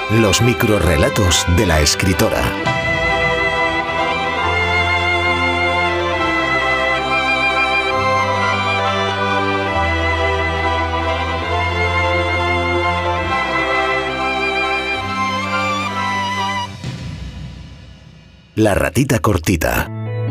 Los microrrelatos de la escritora. La ratita cortita.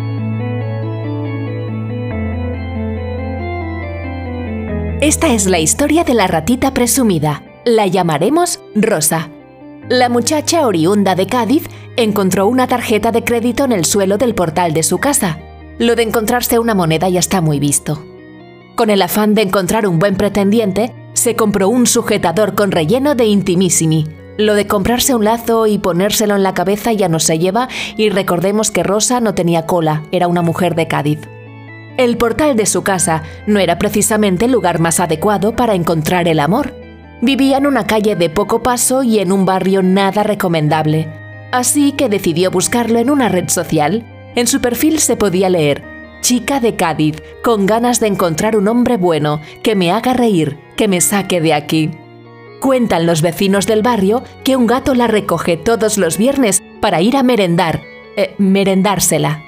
Esta es la historia de la ratita presumida. La llamaremos Rosa. La muchacha oriunda de Cádiz encontró una tarjeta de crédito en el suelo del portal de su casa. Lo de encontrarse una moneda ya está muy visto. Con el afán de encontrar un buen pretendiente, se compró un sujetador con relleno de Intimissimi. Lo de comprarse un lazo y ponérselo en la cabeza ya no se lleva, y recordemos que Rosa no tenía cola, era una mujer de Cádiz. El portal de su casa no era precisamente el lugar más adecuado para encontrar el amor. Vivía en una calle de poco paso y en un barrio nada recomendable. Así que decidió buscarlo en una red social. En su perfil se podía leer: chica de Cádiz, con ganas de encontrar un hombre bueno, que me haga reír, que me saque de aquí. Cuentan los vecinos del barrio que un gato la recoge todos los viernes para ir a merendársela.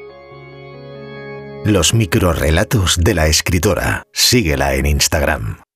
Los microrrelatos de la escritora. Síguela en Instagram.